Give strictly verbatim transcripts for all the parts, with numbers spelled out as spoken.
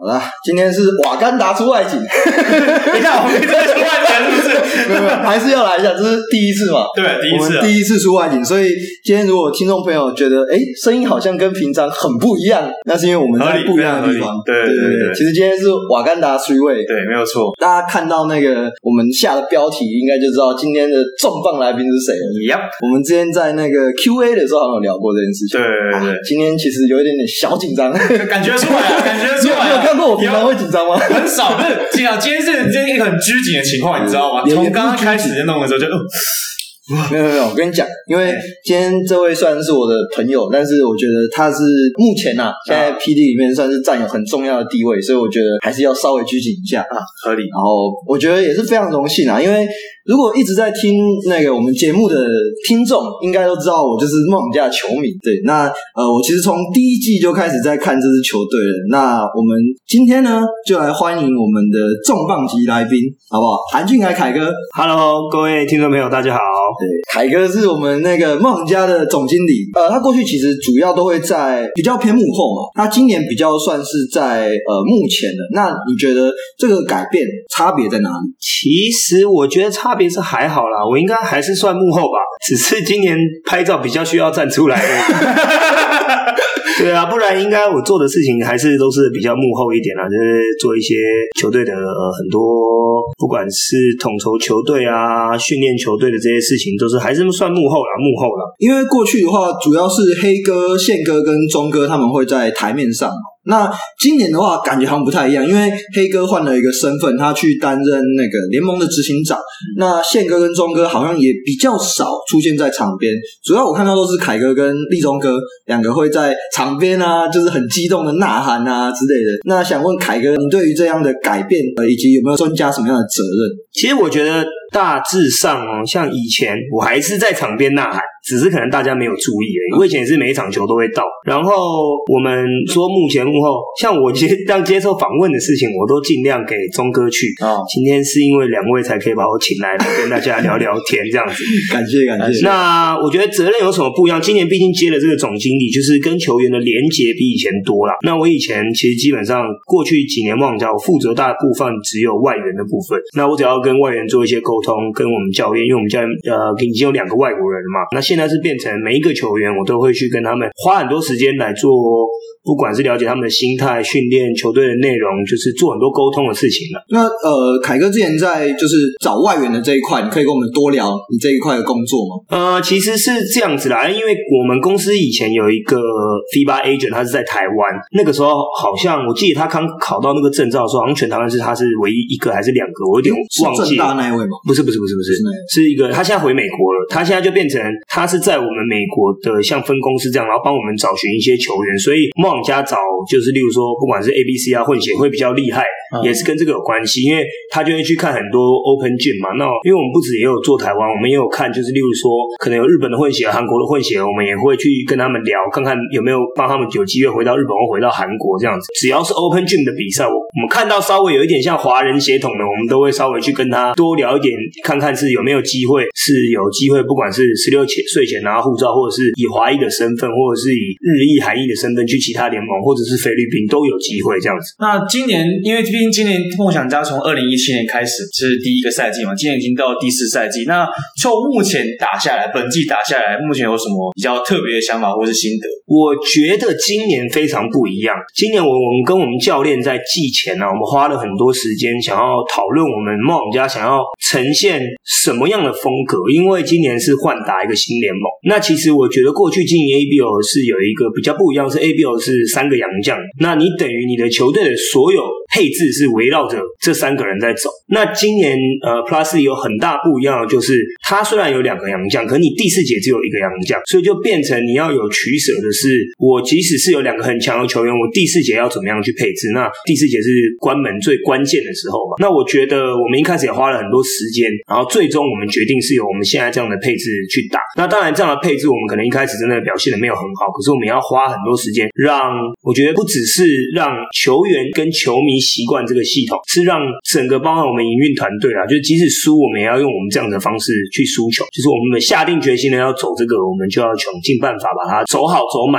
啦，今天是瓦干达出外景。 你看，我们真的出外景是不是？ 没有没有，还是要来一下，这是第一次嘛？ 对，第一次、啊， 我们第一次出外景，所以今天如果听众朋友觉得，哎，声音好像跟平常很不一样，那是因为我们在不一样的地方。 对对 对, 对, 对, 对， 其实今天是瓦干达three way， 对，没有错。 大家看到那个我们下的标题，应该就知道今天的重磅来宾是谁了。 Yep， 我们之前在那个 Q A 的时候好像有聊过这件事情。 对对对， 啊、今天其实有一点点小紧张， 感觉出来了，感觉出来了。 你有看过我平常会紧张吗？ 很少，不是，今天今天是这一个很拘谨的情况，你知道吗？从刚刚开始就弄的时候就。 没有没有，我跟你讲，因为今天这位虽然是我的朋友，但是我觉得他是目前啊，现在 P D 里面算是占有很重要的地位，所以我觉得还是要稍微拘谨一下啊，合理。 然后我觉得也是非常荣幸啊，因为如果一直在听那个我们节目的听众，应该都知道我就是梦想家的球迷。对，那呃，我其实从第一季就开始在看这支球队了。那我们今天呢，就来欢迎我们的重磅级来宾，好不好？韩俊凯凯哥 ，Hello， 各位听众朋友，大家好。 对，凯哥是我们那个梦想家的总经理，呃，他过去其实主要都会在比较偏幕后嘛，他今年比较算是在呃幕前的。那你觉得这个改变差别在哪里？ 其实我觉得差别是还好啦，我应该还是算幕后吧，只是今年拍照比较需要站出来的。对啊，不然应该我做的事情还是都是比较幕后一点啦，就是做一些球队的呃很多，不管是统筹球队啊、训练球队的这些事情，都是还是算幕后啦，幕后啦。 因为过去的话，主要是黑哥、宪哥跟钟哥他们会在台面上。那今年的话感觉好像不太一样，因为黑哥换了一个身份，他去担任那个联盟的执行长。嗯、那宪哥跟钟哥好像也比较少出现在场边，主要我看到都是凯哥跟立中哥两个会在场边啊，就是很激动的呐喊啊之类的。那想问凯哥，你对于这样的改变呃以及有没有增加什么样的责任？ 其实我觉得大致上哦，像以前我还是在场边呐喊，只是可能大家没有注意而已。我以前也是每一场球都会到，然后我们说幕前幕后，像我接当接受访问的事情，我都尽量给钟哥去。哦，今天是因为两位才可以把我请来，来跟大家聊聊天这样子。 感谢感谢。 那我觉得责任有什么不一样？今年毕竟接了这个总经理，就是跟球员的连结比以前多啦。那我以前其实基本上过去几年梦想家，我负责大部分只有外援的部分。那我只要跟外援做一些沟通，跟我们教练，因为我们教练呃已经有两个外国人了嘛。那现在是变成每一个球员，我都会去跟他们花很多时间来做，不管是了解他们的心态、训练、球队的内容，就是做很多沟通的事情了。 那呃，凯哥之前在就是找外援的这一块，你可以跟我们多聊你这一块的工作吗？ 呃，其实是这样子啦，因为我们公司以前有一个 F I B A agent， 他是在台湾，那个时候好像我记得他刚考到那个证照的时候，好像全台湾是他是唯一一个还是两个，我有点忘记了。 是正大那一位吗？ 不是不是不是不是，是一个他现在回美国了，他现在就变成他是在我们美国的像分公司这样，然后帮我们找寻一些球员，所以梦想家找就是例如说不管是 A B C 啊混血会比较厉害，嗯、也是跟这个有关系，因为他就会去看很多 Open Gym 嘛。那因为我们不止也有做台湾，我们也有看就是例如说可能有日本的混血、韩国的混血，我们也会去跟他们聊，看看有没有帮他们有机会回到日本或回到韩国这样子。只要是 Open Gym 的比赛，我我们看到稍微有一点像华人血统的，我们都会稍微去跟他多聊一点，看看是有没有机会，是有机会不管是十六岁前拿到护照，或者是以华裔的身份，或者是以日裔、韩裔的身份去其他联盟，或者是菲律宾都有机会这样子。 那今年因为毕竟今年梦想家从二零一七年开始是第一个赛季嘛，今年已经到第四赛季，那就目前打下来，本季打下来，目前有什么比较特别的想法或是心得？ 我觉得今年非常不一样。今年我我们跟我们教练在季前啊，我们花了很多时间想要讨论我们梦想家想要呈现什么样的风格，因为今年是换打一个新联盟。那其实我觉得过去今年 A B L 是有一个比较不一样，是 A B L 是三个洋将，那你等于你的球队的所有配置是围绕着这三个人在走。那今年呃 Plus 有很大不一样的就是他虽然有两个洋将，可是你第四节只有一个洋将，所以就变成你要有取舍的是，我即使是有两个很强的球员，我第四节要怎么样去配置，那第四节是关门最关键的时候嘛。那我觉得我们一开始也花了很多时间，然后最终我们决定是由我们现在这样的配置去打。那当然这样的配置我们可能一开始真的表现的没有很好，可是我们要花很多时间，让我觉得不只是让球员跟球迷习惯这个系统，是让整个包含我们营运团队啊，就是即使输我们也要用我们这样的方式去输球，就是我们下定决心的要走这个，我们就要想尽办法把它走好走满啊。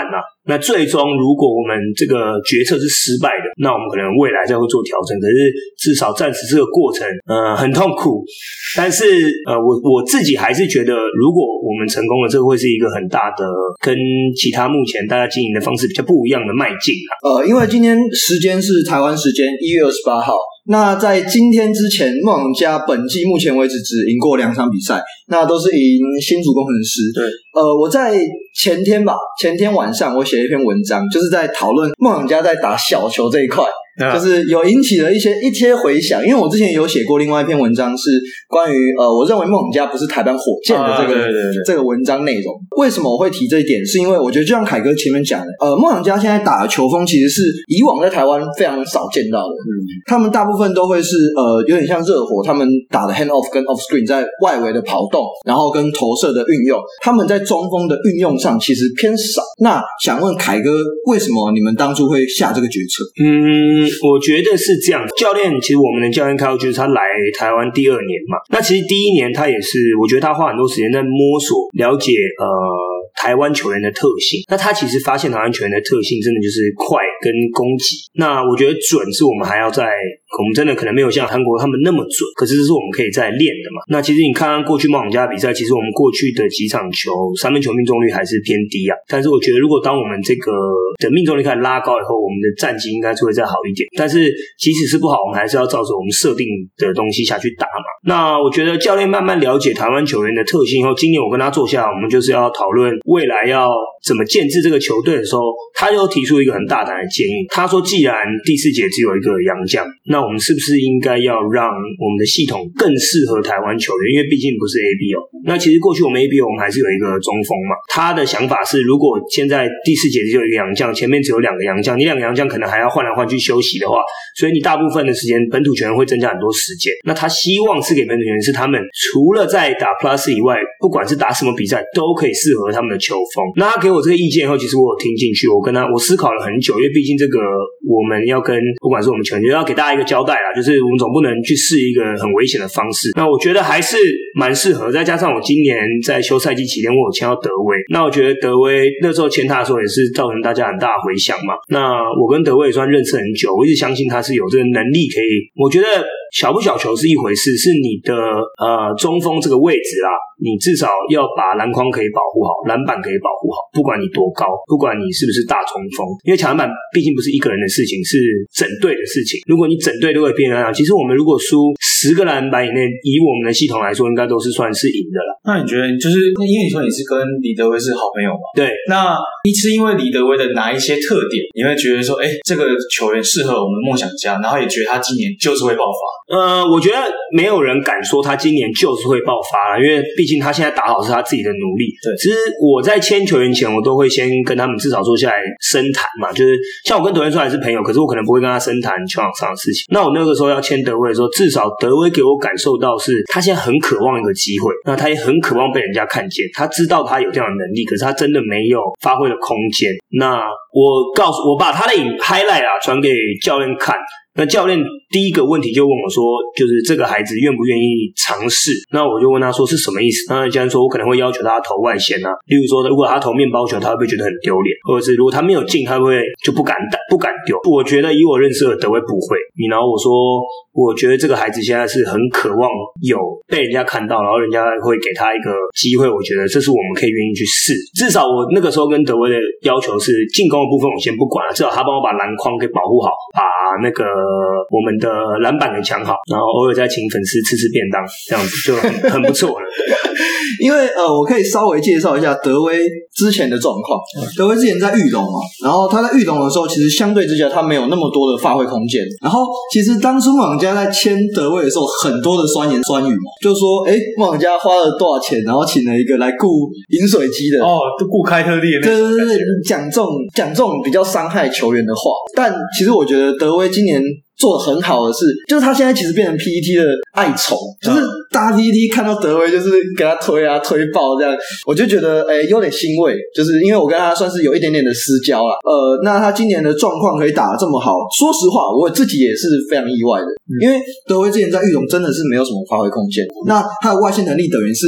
那最终如果我们这个决策是失败的，那我们可能未来再会做调整。可是至少暂时这个过程呃很痛苦，但是呃我我自己还是觉得，如果我们成功了，这个会是一个很大的跟其他目前大家经营的方式比较不一样的迈进啊。 呃，因为今天时间是台湾时间一月二十八号，那在今天之前，梦想家本季目前为止只赢过两场比赛，那都是赢新竹工程师。 对， 呃，我在前天吧，前天晚上我写了一篇文章，就是在讨论梦想家在打小球这一块。 啊、 就是有引起了一些一些回响，因为我之前有写过另外一篇文章，是关于呃，我认为梦想家不是台湾火箭的这个、 啊、对对对这个文章内容。为什么我会提这一点？是因为我觉得就像凯哥前面讲的，呃，梦想家现在打的球风其实是以往在台湾非常少见到的。嗯，他们大部分都会是呃，有点像热火他们打的 hand off 跟 off screen 在外围的跑动，然后跟投射的运用，他们在中锋的运用上其实偏少。那想问凯哥，为什么你们当初会下这个决策？ 嗯，我觉得是这样。教练其实我们的教练开就是他来台湾第二年嘛，那其实第一年他也是，我觉得他花很多时间在摸索了解呃台湾球员的特性。那他其实发现台湾球员的特性真的就是快跟攻击。那我觉得准是我们还要在，我们真的可能没有像韩国他们那么准，可是这是我们可以再练的嘛。那其实你看看过去梦想家比赛，其实我们过去的几场球三分球命中率还是偏低啊。但是我觉得如果当我们这个的命中率开始拉高以后，我们的战绩应该是会再好一点。但是即使是不好，我们还是要照着我们设定的东西下去打嘛。那我觉得教练慢慢了解台湾球员的特性以后，今年我跟他坐下来，我们就是要讨论未来要怎么建制这个球队的时候，他就提出一个很大胆的建议。他说既然第四节只有一个洋将，那我们是不是应该要让我们的系统更适合台湾球员，因为毕竟不是 A B O。 那其实过去我们 A B O 我们还是有一个中锋嘛，他的想法是如果现在第四节只有一个洋将，前面只有两个洋将，你两个洋将可能还要换来换去休息的话，所以你大部分的时间本土球员会增加很多时间。那他希望是给本土球员是他们除了在打 Plus 以外，不管是打什么比赛都可以适合他们的球风。那他给我这个意见以后，其实我有听进去，我跟他我思考了很久，因为毕竟这个我们要跟不管是我们球员要给大家一个交代啦，就是我们总不能去试一个很危险的方式。那我觉得还是蛮适合，再加上我今年在休赛季期间我有签到德威，那我觉得德威那时候签他的时候也是造成大家很大的回响嘛。那我跟德威也算认识很久，我一直相信他是有这个能力可以，我觉得小不小球是一回事，是你的呃中锋这个位置啦，你至少要把篮筐可以保护好，篮板可以保护好，不管你多高，不管你是不是大中锋，因为抢篮板毕竟不是一个人的事情，是整队的事情。如果你整队都会拼篮板，其实我们如果输十个篮板以内，以我们的系统来说，应该都是算是赢的了。 那你觉得，就是因为你说你是跟李德威是好朋友嘛？ 对。 那你是因为李德威的哪一些特点，你会觉得说，哎，这个球员适合我们梦想家，然后也觉得他今年就是会爆发？ 呃，我觉得没有人敢说他今年就是会爆发了，因为毕竟他现在打好是他自己的努力。 对， 其实我在签球员前，我都会先跟他们至少坐下来深谈嘛，就是像我跟德威虽然是朋友，可是我可能不会跟他深谈球场上的事情。那我那个时候要签德威的时候，至少德威给我感受到是他现在很渴望一个机会，那他也很渴望被人家看见，他知道他有这样的能力，可是他真的没有发挥的空间。那我告诉我把他的影 highlight 啊传给教练看，那教练第一个问题就问我说，就是这个孩子愿不愿意尝试？那我就问他说是什么意思？那教练说我可能会要求他投外线啊，例如说如果他投面包球，他会不会觉得很丢脸？或者是如果他没有进，他会不会就不敢打不敢丢？我觉得以我认识的德威不会。然后我说我觉得这个孩子现在是很渴望有被人家看到，然后人家会给他一个机会，我觉得这是我们可以愿意去试。至少我那个时候跟德威的要求是进攻的部分我先不管了，至少他帮我把篮筐给保护好，把那个我们的篮板给抢好，然后偶尔再请粉丝吃吃便当，这样子就很很不错了。 因为呃，我可以稍微介绍一下德威之前的状况。德威之前在裕隆嘛，然后他在裕隆的时候，其实相对之下他没有那么多的发挥空间。然后其实当初梦想家在签德威的时候，很多的酸言酸语嘛，就说哎，梦想家花了多少钱，然后请了一个来雇饮水机的哦，都雇开特利的那种。 对对对，讲这种讲这种比较伤害球员的话。但其实我觉得德威今年做得很好的是，就是他现在其实变成 P E T 的爱宠，就是大家 P E T 看到德威就是给他推啊推爆这样，我就觉得诶有点欣慰，就是因为我跟他算是有一点点的私交啦。呃，那他今年的状况可以打得这么好，说实话我自己也是非常意外的，因为德威之前在裕隆真的是没有什么发挥空间，那他的外线能力等于是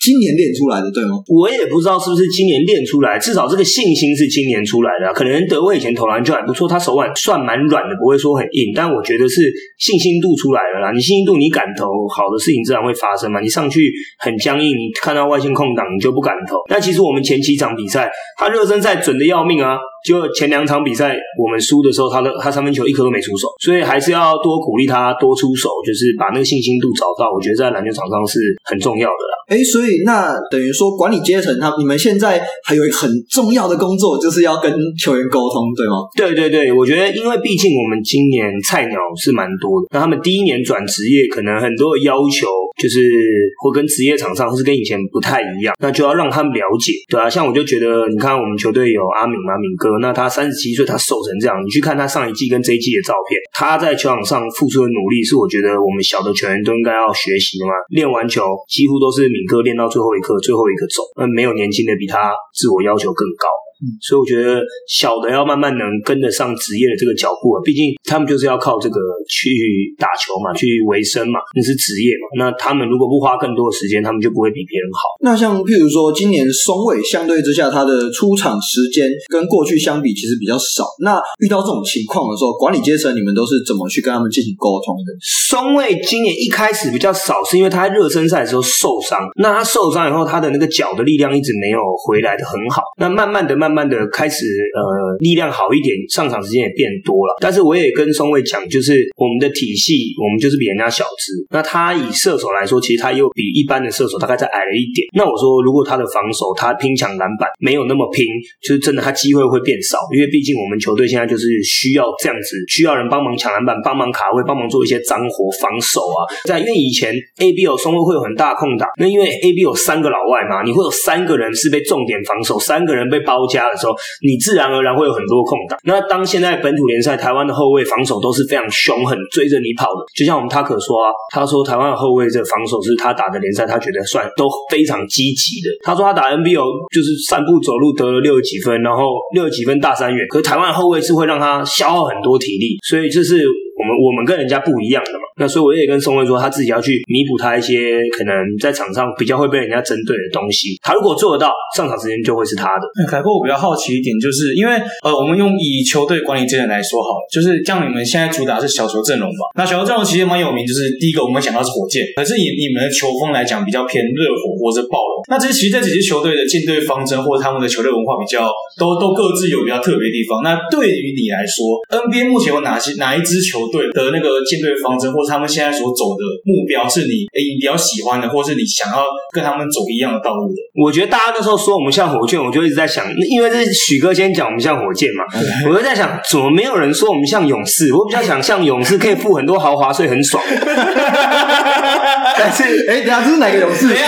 今年练出来的，对吗？ 我也不知道是不是今年练出来，至少这个信心是今年出来的、啊。可能德威以前投篮就还不错，他手腕算蛮软的，不会说很硬，但我觉得是信心度出来了啦。你信心度，你敢投，好的事情自然会发生嘛。你上去很僵硬，你看到外线空档你就不敢投。但其实我们前几场比赛，他热身赛准的要命啊，就前两场比赛我们输的时候，他的他三分球一颗都没出手，所以还是要多鼓励他多出手，就是把那个信心度找到，我觉得在篮球场上是很重要的啦。 诶，所以那等于说管理阶层他你们现在还有一个很重要的工作，就是要跟球员沟通，对吗？ 对对对，我觉得因为毕竟我们今年菜鸟是蛮多的，那他们第一年转职业，可能很多的要求就是会跟职业场上是跟以前不太一样，那就要让他们了解，对啊，像我就觉得你看我们球队有阿敏嘛，敏哥，那他三十七岁，他瘦成这样，你去看他上一季跟这一季的照片，他在球场上付出的努力是我觉得我们小的球员都应该要学习的嘛。练完球几乎都是敏哥练到最后一刻最后一个走，那没有年轻的比他自我要求更高。嗯，所以我觉得小的要慢慢能跟得上职业的这个脚步啊，毕竟他们就是要靠这个去打球嘛，去维生嘛，那是职业嘛。那他们如果不花更多的时间，他们就不会比别人好。 那像譬如说今年松伟相对之下他的出场时间跟过去相比其实比较少，那遇到这种情况的时候，管理阶层你们都是怎么去跟他们进行沟通的？ 松伟今年一开始比较少，是因为他在热身赛的时候受伤，那他受伤以后他的那个脚的力量一直没有回来的很好，那慢慢的慢慢的开始呃力量好一点，上场时间也变多了。但是我也跟松伟讲，就是我们的体系我们就是比人家小只，那他以射手来说其实他又比一般的射手大概再矮了一点，那我说如果他的防守他拼抢篮板没有那么拼，就是真的他机会会变少，因为毕竟我们球队现在就是需要这样子，需要人帮忙抢篮板，帮忙卡位，帮忙做一些脏活防守啊。在因为以前 A B O 松伟会有很大的空档，那因为 A B O 有三个老外嘛，你会有三个人是被重点防守，三个人被包夹的时候，你自然而然会有很多空档。那当现在本土联赛台湾的后卫防守都是非常凶狠追着你跑的，就像我们他可说啊，他说台湾的后卫这防守是他打的联赛他觉得算都非常积极的。他说他打 N B O 就是散步走路得了六十几分，然后六十几分大三元，可是台湾的后卫是会让他消耗很多体力，所以这是我们我们跟人家不一样的嘛。那所以我也跟松威说，他自己要去弥补他一些可能在场上比较会被人家针对的东西。他如果做得到，上场时间就会是他的。 凯哥，我比较好奇一点，就是因为呃，我们用以球队管理阶层来说好了，就是像你们现在主打是小球阵容吧？那小球阵容其实蛮有名，就是第一个我们想到是火箭，可是以你们的球风来讲，比较偏热火或者暴龙。那这其实这几支球队的建队方针或者他们的球队文化比较都都各自有比较特别的地方。那对于你来说 ，N B A 目前有哪些哪一支球队的那个建队方针，或者他们现在所走的目标是你诶你比较喜欢的，或是你想要跟他们走一样的道路的？ 我觉得大家那时候说我们像火箭，我就一直在想，因为这是许哥先讲我们像火箭嘛，我就在想怎么没有人说我们像勇士？我比较想像勇士，可以付很多豪华税，很爽。但是， 哎，等一下这是哪个勇士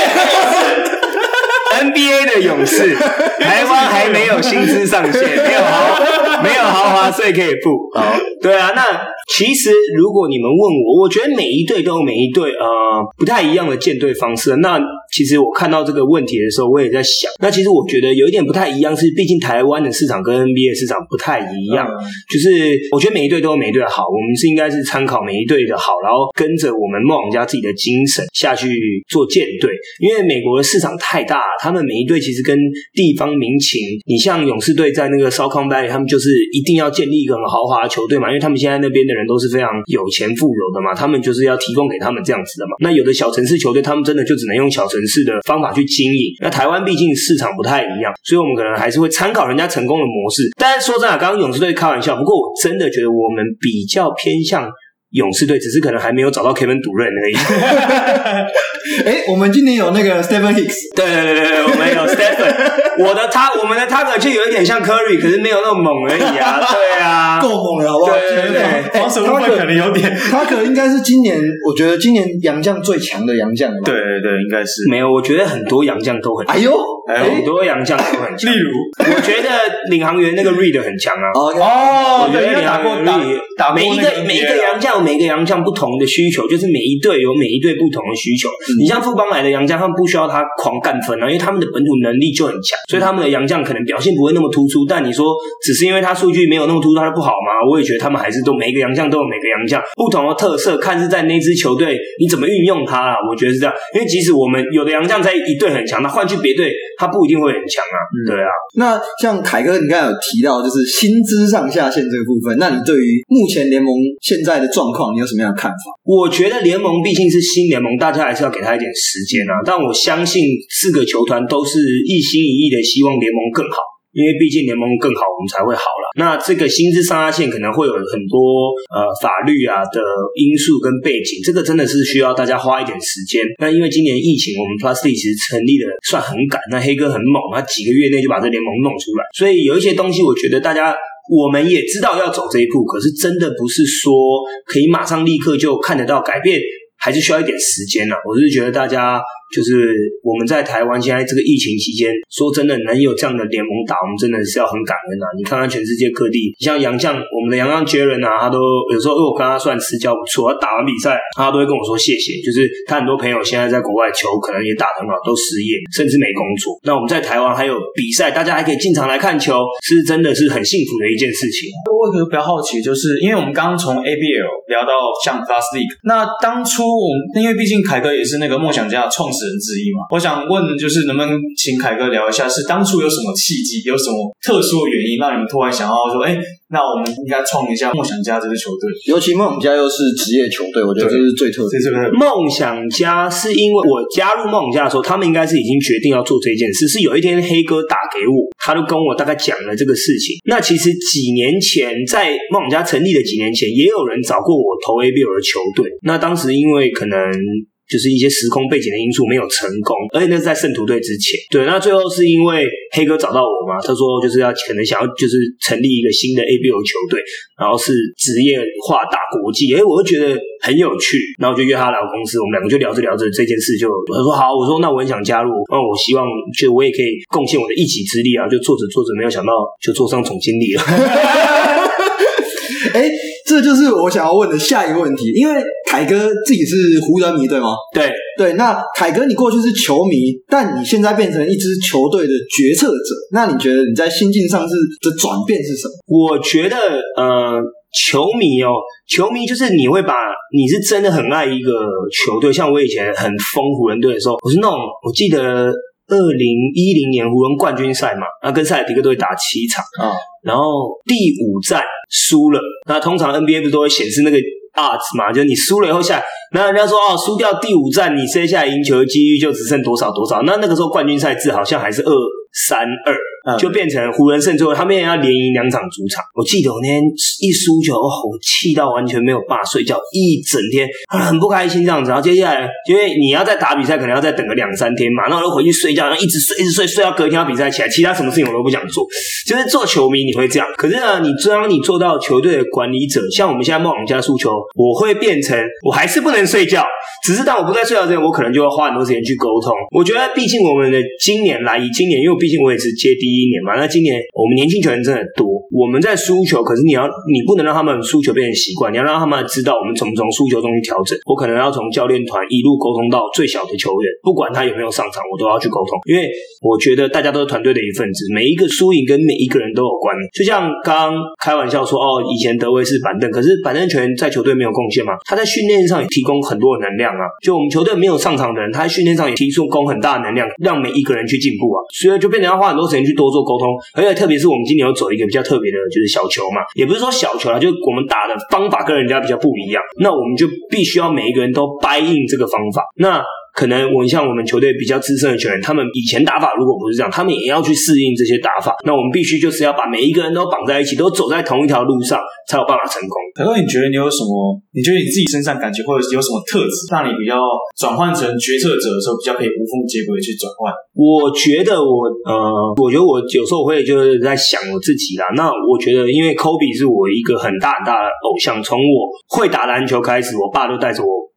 ？N B A 的勇士，台湾还没有薪资上限，没有豪没有豪华税可以付。好，对啊，那其实如果你们问我，我觉得每一队都有每一队呃不太一样的建队方式。那其实我看到这个问题的时候，我也在想，那其实我觉得有一点不太一样，是毕竟台湾的市场跟 N B A 的市场不太一样，嗯、就是我觉得每一队都有每一队的好，我们是应该是参考每一队的好，然后跟着我们梦想家自己的精神下去做建队。因为美国的市场太大了，他们每一队其实跟地方民情，你像勇士队在那个 Silicon Valley， 他们就是一定要建立一个很豪华的球队嘛，因为他们现在那边的人都是非常有钱富有的嘛，他们就是要提供给他们这样子的嘛。那有的小城市球队，他们真的就只能用小城市的方法去经营。那台湾毕竟市场不太一样，所以我们可能还是会参考人家成功的模式。但是说真的，刚刚勇士队开玩笑，不过我真的觉得我们比较偏向勇士队，只是可能还没有找到 Kevin Durant 而已。 哎，我们今年有那个 Stephen Hicks， 对对对对，我们有 Stephen， 我的他，我们的 Tucker 就有一点像 Curry， 可是没有那么猛而已啊。对啊， 够猛了，好不好？ 对对对， 防守部分可能有点。 Tucker 应该是今年，我觉得今年洋将最强的洋将。 对对对，应该是。 没有，我觉得很多洋将都很。 哎呦很多洋将都很强。 例如， 我觉得领航员那个 Reed 很强啊。 哦， 我觉得领航员 Reed 打每一个每一个洋将有每一个洋将不同的需求，就是每一队有每一队不同的需求。你像富邦来的洋将，他们不需要他狂干分啊，因为他们的本土能力就很强，所以他们的洋将可能表现不会那么突出。但你说只是因为他数据没有那么突出，他就不好吗？我也觉得他们还是都每一个洋将都有每个洋将不同的特色，看是在那支球队你怎么运用他啦。我觉得是这样，因为即使我们有的洋将在一队很强，他换去别队他不一定会很强啊。嗯、对啊。 那像凯哥，你刚才有提到就是薪资上下限这个部分，那你对于目前联盟现在的状况，你有什么样的看法？ 我觉得联盟毕竟是新联盟，大家还是要给他一点时间啊。但我相信四个球团都是一心一意的希望联盟更好。因为毕竟联盟更好，我们才会好啦。那这个薪资上下限可能会有很多呃法律啊的因素跟背景，这个真的是需要大家花一点时间。那因为今年疫情，我们 Plus League 其实成立的算很赶，那黑哥很猛，他几个月内就把这联盟弄出来，所以有一些东西我觉得大家我们也知道要走这一步，可是真的不是说可以马上立刻就看得到改变，还是需要一点时间啦。我是觉得大家就是我们在台湾现在这个疫情期间，说真的能有这样的联盟打，我们真的是要很感恩啊！你看看全世界各地，像洋将，我们的洋将 Jaren 啊，他都有时候因为我跟他算私交不错，他打完比赛他都会跟我说谢谢，就是他很多朋友现在在国外球可能也打得很好，都失业甚至没工作。那我们在台湾还有比赛，大家还可以进场来看球，是真的是很幸福的一件事情。 我有个比较好奇，就是因为我们刚刚从 A B L 聊到像 Plus League， 那当初我们因为毕竟凯哥也是那个梦想家的创始人之一嘛，我想问就是能不能请凯哥聊一下，是当初有什么契机，有什么特殊的原因让你们突然想要说，哎，那我们应该创一下梦想家这支球队？ 尤其梦想家又是职业球队，我觉得这是最特别的。 梦想家是因为我加入梦想家的时候，他们应该是已经决定要做这件事，是有一天黑哥打给我，他就跟我大概讲了这个事情。那其实几年前在梦想家成立的几年前，也有人找过我投 A B L 的球队，那当时因为可能就是一些时空背景的因素没有成功，而且那是在圣徒队之前。对，那最后是因为黑哥找到我嘛，他说就是要可能想要就是成立一个新的 A B L 球队，然后是职业化打国际，诶我就觉得很有趣，然后就约他来我公司，我们两个就聊着聊着这件事就，他说好，我说那我很想加入，那我希望就我也可以贡献我的一己之力啊，就做着做着没有想到就做上总经理了。 哎，这就是我想要问的下一个问题，因为凯哥自己是湖人迷对吗？ 对对，那凯哥你过去是球迷，但你现在变成一支球队的决策者，那你觉得你在心境上是的转变是什么？ 我觉得呃，球迷哦，球迷就是你会把你是真的很爱一个球队，像我以前很疯湖人队的时候，我是那种我记得二零一零年湖人冠军赛嘛，那跟塞尔提克队打七场啊、嗯，然后第五战输了，那通常 N B A 不是都会显示那个 odds 嘛，就是你输了以后下来，那人家说哦，输掉第五战，你接下来赢球的几率就只剩多少多少，那那个时候冠军赛制好像还是二三二。就变成湖人胜出，他们也要连赢两场主场。我记得我那天一输就，哦，我气到完全没有办法睡觉，一整天很不开心这样子。然后接下来，因为你要再打比赛，可能要再等个两三天嘛，然后我就回去睡觉，然后一直睡，一直睡，睡到隔天要比赛起来，其他什么事情我都不想做。就是做球迷你会这样，可是呢，你当你做到球队的管理者，像我们现在梦想家诉求，我会变成我还是不能睡觉，只是当我不在睡觉之前，我可能就会花很多时间去沟通。我觉得，毕竟我们的今年来，以今年，因为毕竟我也是接第一年嘛，那今年我们年轻球员真的多，我们在输球，可是你要你不能让他们输球变成习惯，你要让他们知道我们怎么从输球中去调整。我可能要从教练团一路沟通到最小的球员，不管他有没有上场，我都要去沟通，因为我觉得大家都是团队的一份子，每一个输赢跟每一个人都有关。就像刚刚开玩笑说，哦，以前德威是板凳，可是板凳球员在球队没有贡献嘛，他在训练上也提供很多的能量啊。就我们球队没有上场的人，他在训练上也提供很大的能量，让每一个人去进步啊，所以就变成要花很多时间去多做沟通。而且特别是我们今年有走一个比较特别的，就是小球嘛，也不是说小球啦，就是我们打的方法跟人家比较不一样，那我们就必须要每一个人都buy in这个方法。那可能我像我们球队比较资深的球员，他们以前打法如果不是这样，他们也要去适应这些打法。那我们必须就是要把每一个人都绑在一起，都走在同一条路上，才有办法成功。 可是你觉得你有什么？你觉得你自己身上感觉或者有什么特质，让你比较转换成决策者的时候，比较可以无缝接轨去转换？ 我觉得我呃，我觉得我有时候会就是在想我自己啦。那我觉得，因为 Kobe 是我一个很大很大的偶像，从我会打篮球开始，我爸都带着我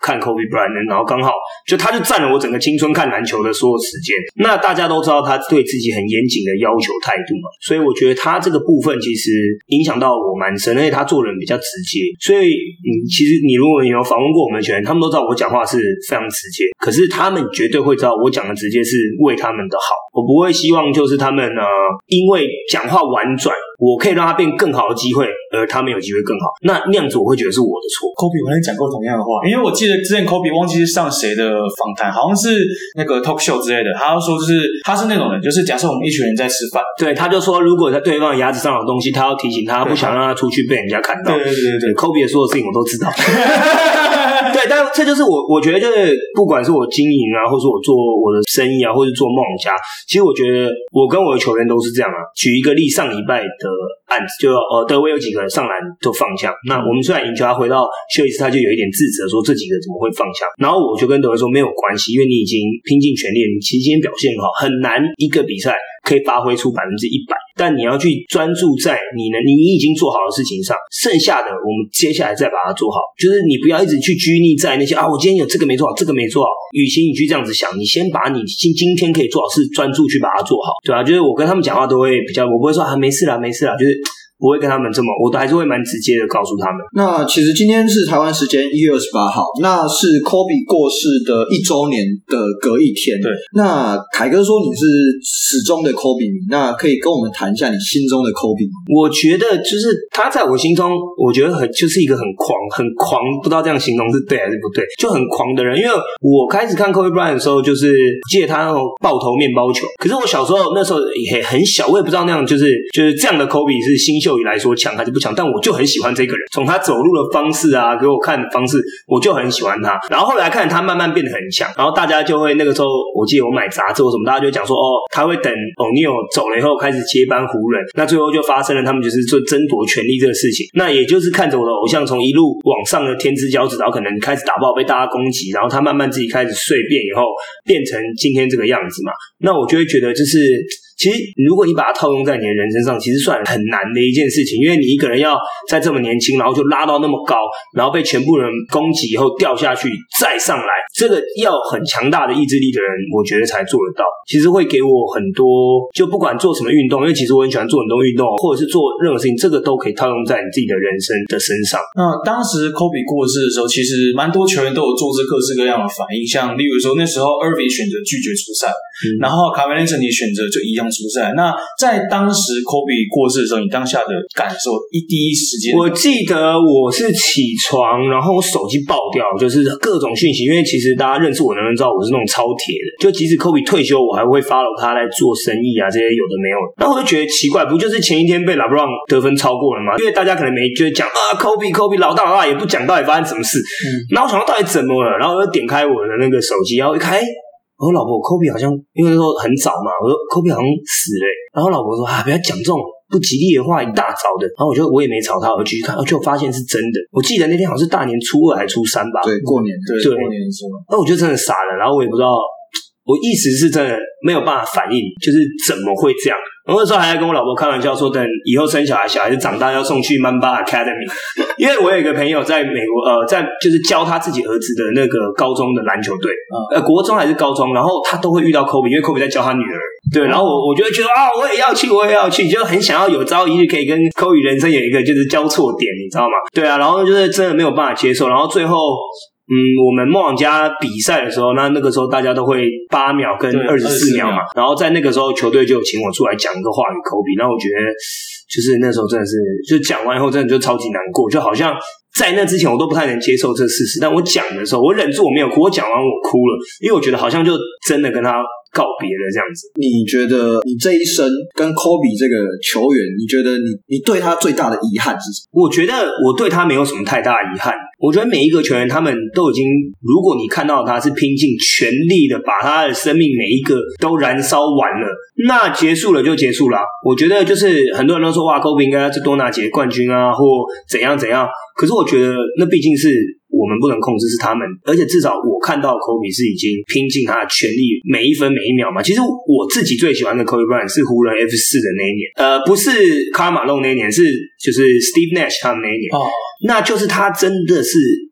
看 Kobe Bryant， 然后刚好就他就占了我整个青春看篮球的所有时间。那大家都知道他对自己很严谨的要求态度嘛，所以我觉得他这个部分其实影响到我蛮深，而且他做人比较直接。所以你其实你如果你有访问过我们的球员，他们都知道我讲话是非常直接，可是他们绝对会知道我讲的直接是为他们的好，我不会希望就是他们呃因为讲话婉转，我可以让他变更好的机会，而他们有机会更好，那那样子我会觉得是我的错。 Kobe 我跟你讲过同样的话，因为我记得之前 Kobe 忘记是上谁的访谈，好像是那个 talk show 之类的，他说就是他是那种人，就是假设我们一群人在吃饭， 对，他就说如果在对方的牙齿上有东西，他要提醒他，不想让他出去被人家看到。 对对对对对 ，Kobe 所有事情我都知道。对，但这就是我我觉得就是不管是我经营啊，或是我做我的生意啊，或是做梦家，其实我觉得我跟我的球员都是这样啊。举一个例，上礼拜的案子，就呃德威有几个上篮就放枪，那我们虽然赢球，他回到休息室他就有一点自责，说这几个怎么会放枪，然后我就跟德威说没有关系，因为你已经拼尽全力，你其实今天表现很好，很难一个比赛可以发挥出百分之一百，但你要去专注在你呢你已经做好的事情上，剩下的我们接下来再把它做好，就是你不要一直去拘泥在那些啊我今天有这个没做好，这个没做好，与其你去这样子想，你先把你今今天可以做好事专注去把它做好，对啊，就是我跟他们讲话都会比较，我不会说啊没事啦没事啦，就是不会跟他们这么，我都还是会蛮直接的告诉他们。 那其实今天是台湾时间一月二十八号，那是 Kobe 过世的一周年的隔一天。 对， 那凯哥说你是始终的 Kobe 迷，那可以跟我们谈一下你心中的 Kobe 吗？ 我觉得就是他在我心中，我觉得很就是一个很狂很狂，不知道这样形容是对还是不对，就很狂的人。因为我开始看 Kobe Bryant 的时候，就是记得他那种爆头面包球，可是我小时候那时候也很小，我也不知道那样就是就是这样的 Kobe 是新秀来说强还是不强，但我就很喜欢这个人，从他走路的方式啊，给我看的方式，我就很喜欢他。然后后来看他慢慢变得很强，然后大家就会那个时候，我记得我买杂志或什么，大家就讲说哦，他会等 O'Neal 走了以后开始接班湖人，那最后就发生了他们就是做争夺权力这个事情。那也就是看着我的偶像从一路往上的天之骄子，然后可能开始打不好被大家攻击，然后他慢慢自己开始蜕变以后，变成今天这个样子嘛。那我就会觉得就是。其实如果你把它套用在你的人身上，其实算很难的一件事情，因为你一个人要在这么年轻，然后就拉到那么高，然后被全部人攻击以后掉下去再上来，这个要很强大的意志力的人我觉得才做得到。其实会给我很多，就不管做什么运动，因为其实我很喜欢做很多运动，或者是做任何事情，这个都可以套用在你自己的人生的身上。 那当时 Kobe 过世的时候，其实蛮多球员都有做这各式各样的反应，像例如说那时候 Irving 选择拒绝出赛，嗯、然后 Carmelo Anthony 选择就一样出赛。那在当时 Kobe 过世的时候，你当下的感受，一第一时间， 我记得我是起床，然后我手机爆掉，就是各种讯息，因为其实大家认识我的人知道我是那种超铁的，就即使 Kobe 退休，我还会 follow 他在做生意啊，这些有的没有的。然后我就觉得奇怪，不就是前一天被 LeBron 得分超过了吗？因为大家可能没就讲啊 Kobe Kobe 老大老大，也不讲到底发生什么事。嗯，然后我想到到底怎么了，然后我就点开我的那个手机，然后一开。我说老婆 Kobe 好像因为那时候很早嘛，我说 Kobe 好像死了、欸、然后老婆说啊不要讲这种不吉利的话，一大早的。然后我就我也没吵他，我就继续看，就发现是真的。我记得那天好像是大年初二还初三吧， 对，过年对对过年的时候。 那我就真的傻了，然后我也不知道，我一时是真的没有办法反应，就是怎么会这样。我那时候还在跟我老婆开玩笑说，等以后生小孩，小孩子长大要送去 Mamba Academy， 因为我有一个朋友在美国，呃，在就是教他自己儿子的那个高中的篮球队，呃，国中还是高中，然后他都会遇到 Kobe， 因为 Kobe 在教他女儿，对，然后我我就会觉得啊，我也要去，我也要去，就很想要有朝一日可以跟 Kobe 人生有一个就是交错点，你知道吗？对啊，然后就是真的没有办法接受，然后最后。嗯，我们梦想家比赛的时候，那那个时候大家都会八秒跟二十四秒嘛，然后在那个时候球队就请我出来讲一个话语 Kobe， 然后我觉得就是那时候真的是，就讲完以后真的就超级难过，就好像在那之前我都不太能接受这事实，但我讲的时候我忍住我没有哭，我讲完我哭了，因为我觉得好像就真的跟他告别了这样子。 你觉得你这一生跟 Kobe 这个球员，你觉得你你对他最大的遗憾是什么？ 我觉得我对他没有什么太大的遗憾。我觉得每一个球员他们都已经，如果你看到他是拼尽全力的把他的生命每一个都燃烧完了，那结束了就结束了。我觉得就是很多人都说哇 Kobe 应该要去多拿几个冠军啊，或怎样怎样，可是我觉得那毕竟是我们不能控制，是他们，而且至少我看到 Kobe 是已经拼尽他的全力，每一分每一秒嘛。其实我自己最喜欢的 Kobe Bryant 是湖人 F 四 的那一年，呃，不是卡马龙那一年，是就是 Steve Nash 他们那一年。哦，那就是他真的是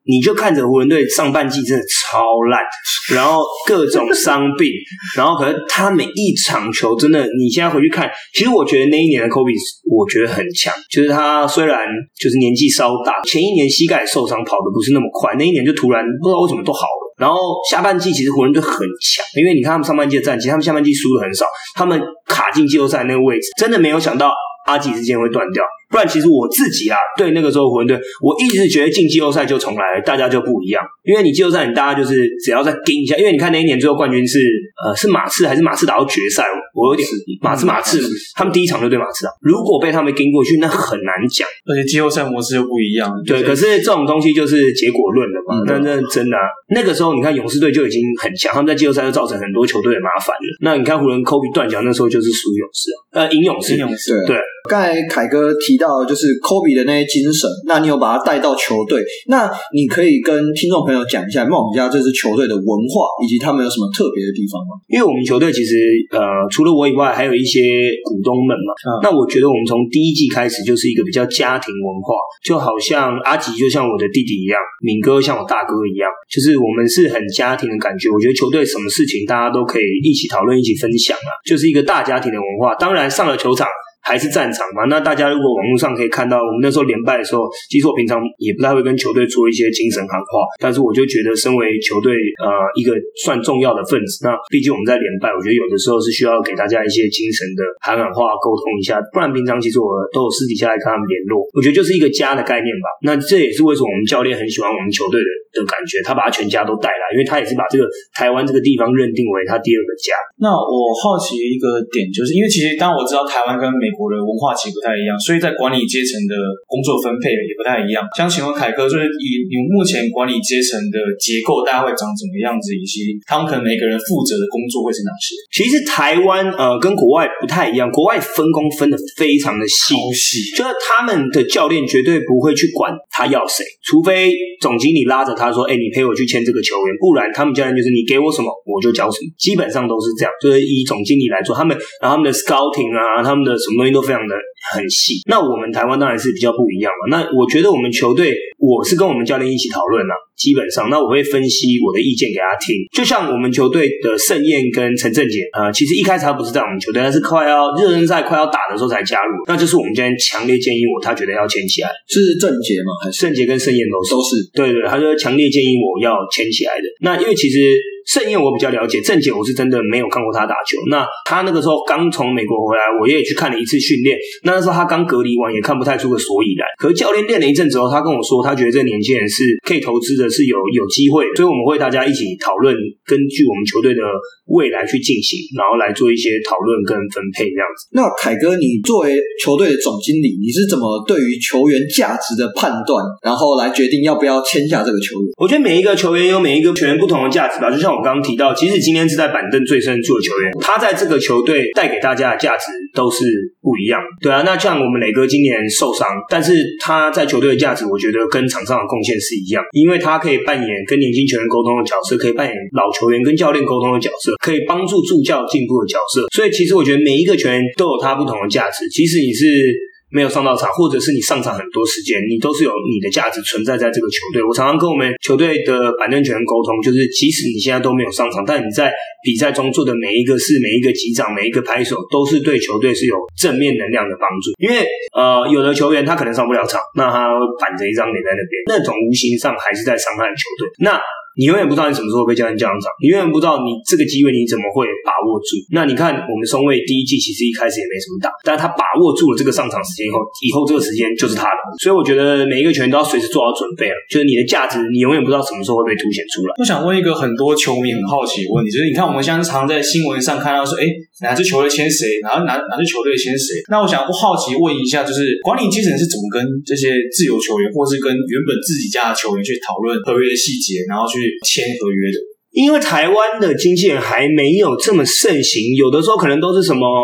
你就看着湖人队上半季真的超烂，然后各种伤病，然后可是他每一场球真的，你现在回去看，其实我觉得那一年的 Kobe 我觉得很强，就是他虽然就是年纪稍大，前一年膝盖受伤跑得不是那么快，那一年就突然不知道为什么都好了。然后下半季其实湖人队很强，因为你看他们上半季的战绩，他们下半季输的很少，他们卡进季后赛那个位置，真的没有想到阿吉之间会断掉。不然其实我自己啊，对那个时候湖人队，我一直觉得进季后赛就重来了，大家就不一样。因为你季后赛，你大家就是只要再盯一下，因为你看那一年最后冠军是呃是马刺还是马刺打到决赛，我有点马刺马刺，他们第一场就对马刺打，如果被他们盯过去，那很难讲。 而且季后赛模式又不一样。 对，可是这种东西就是结果论了嘛。嗯、但是真的、啊，那个时候你看勇士队就已经很强，他们在季后赛就造成很多球队的麻烦了。那你看湖人 Kobe 断脚那时候就是输勇士啊，呃赢勇士， 赢勇士对。 刚才凯哥提到就是 Kobe 的那些精神，那你有把它带到球队，那你可以跟听众朋友讲一下梦想家这支球队的文化以及他们有什么特别的地方吗？ 因为我们球队其实呃除了我以外还有一些股东们嘛、嗯、那我觉得我们从第一季开始就是一个比较家庭文化，就好像阿吉就像我的弟弟一样，敏哥像我大哥一样，就是我们是很家庭的感觉。我觉得球队什么事情大家都可以一起讨论一起分享啊，就是一个大家庭的文化。当然上了球场还是战场嘛，那大家如果网络上可以看到我们那时候连败的时候，其实我平常也不太会跟球队做一些精神喊话，但是我就觉得身为球队呃一个算重要的分子，那毕竟我们在连败，我觉得有的时候是需要给大家一些精神的喊喊话沟通一下，不然平常其实我都有私底下来跟他们联络，我觉得就是一个家的概念吧。那这也是为什么我们教练很喜欢我们球队的的感觉，他把他全家都带来，因为他也是把这个台湾这个地方认定为他第二个家。 那我好奇一个点，就是因为其实当然我知道台湾跟美国的文化其实不太一样，所以在管理阶层的工作分配也不太一样。想请问凯哥，就是以你们目前管理阶层的结构大概会长怎么样子，以及他们可能每个人负责的工作会是哪些？ 其实台湾呃跟国外不太一样，国外分工分得非常的细，就是他们的教练绝对不会去管他要谁，除非总经理拉着他说，哎、欸，你陪我去签这个球员，不然他们教练就是你给我什么我就教什么，基本上都是这样。就是以总经理来说，他们然后他们的 scouting 啊，他们的什么东西都非常的很细。那我们台湾当然是比较不一样嘛。那我觉得我们球队，我是跟我们教练一起讨论啦，基本上，那我会分析我的意见给他听。就像我们球队的盛燕跟陈正杰，呃，其实一开始他不是在我们球队，他是快要热身赛快要打的时候才加入。那就是我们教练强烈建议我，他觉得要签起来。 是正杰吗？还是正杰跟盛燕都是？ 都是。 对对，他就强烈建议我要签起来的。那因为其实盛燕我比较了解，正杰我是真的没有看过他打球。那他那个时候刚从美国回来，我也去看了一次训练。那那时候他刚隔离完，也看不太出个所以然。可是教练练了一阵子后，他跟我说，他觉得这个年轻人是可以投资的，是有有机会。所以我们会大家一起讨论，根据我们球队的未来去进行，然后来做一些讨论跟分配这样子。 那凯哥，你作为球队的总经理，你是怎么对于球员价值的判断，然后来决定要不要签下这个球员？ 我觉得每一个球员有每一个球员不同的价值吧。就像我刚刚提到，其实今天是在板凳最深处的球员，他在这个球队带给大家的价值都是不一样的。对啊，那像我们磊哥今年受伤，但是他在球队的价值，我觉得跟场上的贡献是一样，因为他可以扮演跟年轻球员沟通的角色，可以扮演老球员跟教练沟通的角色，可以帮助助教进步的角色。所以其实我觉得每一个球员都有他不同的价值，即使你是没有上到场，或者是你上场很多时间，你都是有你的价值存在在这个球队。我常常跟我们球队的板凳球员沟通，就是即使你现在都没有上场，但你在比赛中做的每一个事、每一个击掌、每一个拍手，都是对球队是有正面能量的帮助。因为呃，有的球员他可能上不了场，那他板着一张脸在那边，那种无形上还是在伤害球队。那你永远不知道你什么时候被教练叫上场，你永远不知道你这个机会你怎么会把握住。那你看我们松卫第一季其实一开始也没什么打，但是他把握住了这个上场时间以后，以后这个时间就是他的。所以我觉得每一个球员都要随时做好准备了，就是你的价值你永远不知道什么时候会被凸显出来。 我想问一个很多球迷很好奇的问题，就是你看我们现在常在新闻上看到说，诶哪支球队签谁，然后哪哪支球队签谁。那我想不好奇问一下，就是管理阶层是怎么跟这些自由球员，或是跟原本自己家的球员去讨论合约的细节，然后去签合约的？ 因为台湾的经纪人还没有这么盛行，有的时候可能都是什么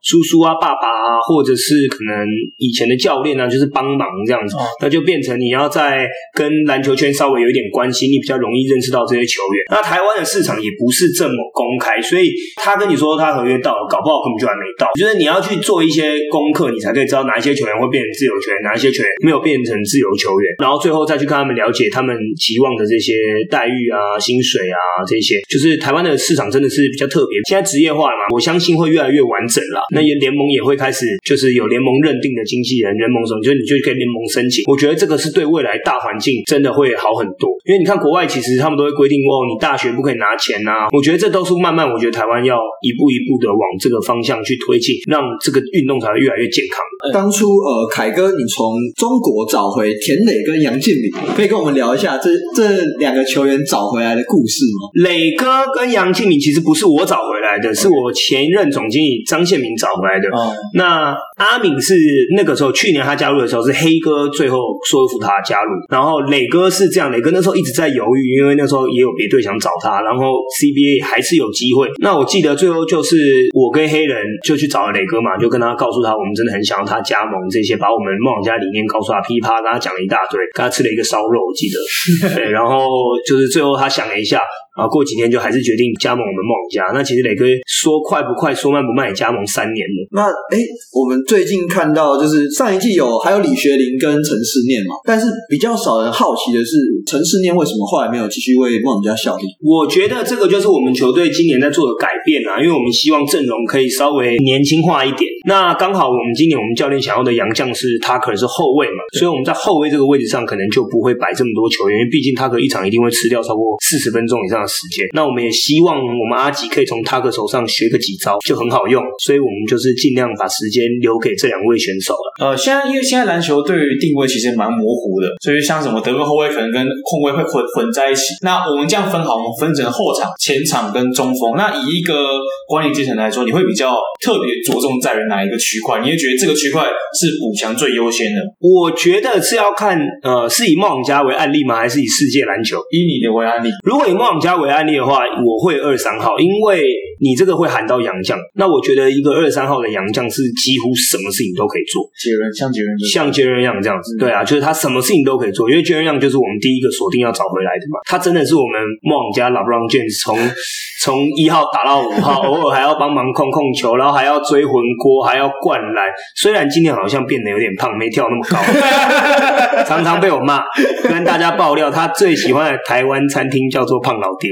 叔叔啊、爸爸啊，或者是可能以前的教练啊，就是帮忙这样子，哦、那就变成你要在跟篮球圈稍微有一点关系，你比较容易认识到这些球员。那台湾的市场也不是这么公开，所以他跟你说他合约到了，搞不好根本就还没到，就是你要去做一些功课，你才可以知道哪一些球员会变成自由球员，哪一些球员没有变成自由球员，然后最后再去看他们，了解他们期望的这些待遇啊、薪水啊这些。就是台湾的市场真的是比较特别，现在职业化了嘛，我相信会越来越完整啦。那也联盟也会开始就是有联盟认定的经纪人，联盟什么，就是你就可以联盟申请。我觉得这个是对未来大环境真的会好很多，因为你看国外其实他们都会规定哦，你大学不可以拿钱啊。我觉得这都是慢慢，我觉得台湾要一步一步的往这个方向去推进，让这个运动才会越来越健康。 当初呃，凯哥你从中国找回田磊跟杨敬敏，可以跟我们聊一下这这两个球员找回来的故事吗？ 磊哥跟杨敬敏其实不是我找回来的，是我前任总经理张宪民找回来的。哦、那阿敏是那个时候去年他加入的时候是黑哥最后说服他加入，然后磊哥是这样，磊哥那时候一直在犹豫，因为那时候也有别队想找他，然后 C B A 还是有机会。那我记得最后就是我跟黑人就去找了磊哥嘛，就跟他告诉他我们真的很想要他加盟这些，把我们梦想家理念告诉他，噼啪跟他讲了一大堆，跟他吃了一个烧肉我记得对，然后就是最后他想了一下，然后过几天就还是决定加盟我们梦想家。那其实磊哥说快不快说慢不慢也加盟三年了。 那诶我们最近看到就是上一季有还有李学林跟陈世念嘛，但是比较少人好奇的是陈世念为什么后来没有继续为梦想家效力。 我觉得这个就是我们球队今年在做的改变啦，因为我们希望阵容可以稍微年轻化一点。那刚好我们今年我们教练想要的洋将是 Tucker 是后卫嘛，所以我们在后卫这个位置上可能就不会摆这么多球员，因为毕竟 Tucker 一场一定会吃掉超过四十分钟以上的时间。那我们也希望我们阿吉可以从 Tucker 手上学个几招就很好用，所以我们就是尽量把时间留给这两位选手了。 呃，现在因为现在篮球对于定位其实蛮模糊的，所以像什么得分后卫可能跟控卫会混混在一起。那我们这样分好，我们分成后场、前场跟中锋。那以一个管理阶层来说，你会比较特别着重在于哪一个区块？你会觉得这个区块是补强最优先的？ 我觉得是要看呃，是以梦想家为案例吗？还是以世界篮球？ 以你的为案例。如果以梦想家为案例的话，我会二三号，因为你这个会喊到洋将。那我觉得一个二三号的洋将是几乎什么事情都可以做。 杰伦像杰伦像杰伦样这样子，对啊，就是他什么事情都可以做，因为杰伦样就是我们第一个锁定要找回来的嘛。他真的是我们梦想家 LeBron James 从从一号打到五号，偶尔还要帮忙控控球，然后还要追魂锅，还要灌篮。虽然今年好像变得有点胖，没跳那么高，常常被我骂。跟大家爆料，他最喜欢的台湾餐厅叫做胖老爹。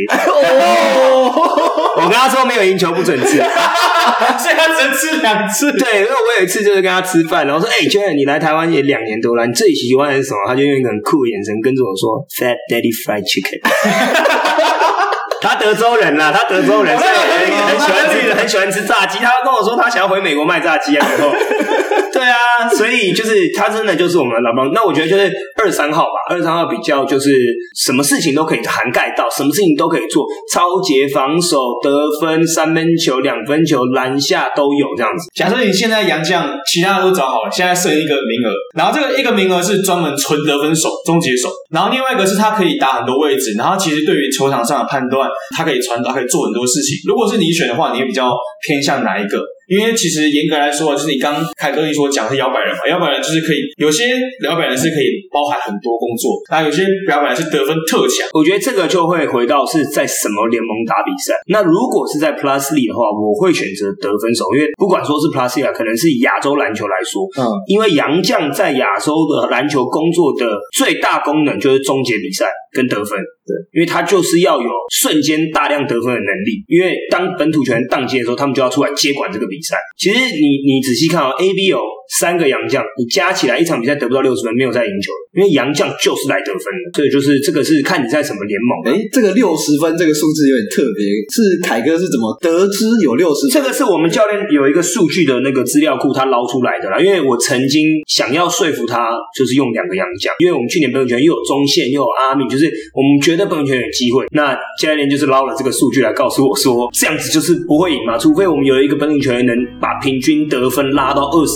我跟他说没有赢球不准吃，所以他只吃两次。 对，因为我有一次就是跟他吃饭，然后说：“哎、欸、，Jalen， 你来台湾也两年多了，你最喜欢的是什么？”他就用一个很酷的眼神跟着我说 ：“Fat Daddy Fried Chicken。”他德州人啦，他德州人，所以很喜欢吃，很喜欢吃炸鸡。他跟我说他想要回美国卖炸鸡啊，以后。对啊，所以就是他真的就是我们的老帮。那我觉得就是二三号吧，二三号比较就是什么事情都可以涵盖到，什么事情都可以做，抄截、防守、得分、三分球、两分球、篮下都有这样子。 假设你现在洋将其他的都找好了，现在剩一个名额，然后这个一个名额是专门纯得分手、终结手，然后另外一个是他可以打很多位置，然后其实对于球场上的判断，他可以传导，可以做很多事情。如果是你选的话，你会比较偏向哪一个？因为其实严格来说，就是你刚凯哥你所讲的是摇摆人嘛，摇摆人就是可以有些摇摆人是可以包含很多工作，那有些摇摆人是得分特强。 我觉得这个就会回到是在什么联盟打比赛。那如果是在 Plus League 的话，我会选择得分手，因为不管说是 Plus League 可能是以亚洲篮球来说，嗯，因为洋将在亚洲的篮球工作的最大功能就是终结比赛跟得分。对，因为他就是要有瞬间大量得分的能力，因为当本土球员宕机的时候，他们就要出来接管这个比赛。其实你你仔细看哦 ，A B 有三个洋将，你加起来一场比赛得不到六十分，没有再赢球了，因为洋将就是来得分的。所以就是这个是看你在什么联盟。 诶，这个六十分这个数字有点特别，是凯哥是怎么得知有六十分？ 这个是我们教练有一个数据的那个资料库，他捞出来的啦。因为我曾经想要说服他，就是用两个洋将，因为我们去年本土球员又有中线又有阿敏，就是我们觉得本土球员有机会。那教练就是捞了这个数据来告诉我说，这样子就是不会赢嘛，除非我们有一个本土球员能把平均得分拉到二十分以上。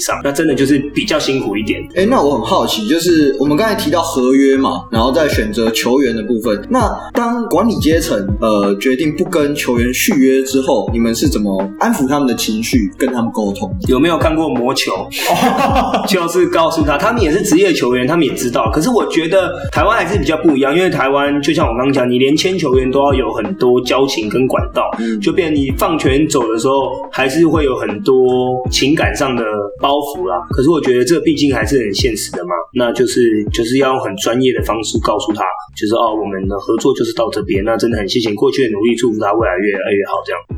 上，那真的就是比较辛苦一点。 哎，那我很好奇，就是我们刚才提到合约嘛，然后再选择球员的部分，那当管理阶层呃决定不跟球员续约之后，你们是怎么安抚他们的情绪，跟他们沟通？ 有没有看过魔球？就是告诉他，他们也是职业球员，他们也知道。可是我觉得台湾还是比较不一样，因为台湾就像我刚刚讲，你连签球员都要有很多交情跟管道，嗯，就变成你放球员走的时候，还是会有很多情感上的包袱啦。可是我觉得这毕竟还是很现实的嘛，那就是就是要用很专业的方式告诉他，就是哦，我们的合作就是到这边，那真的很谢谢你过去的努力，祝福他未来越来越好这样。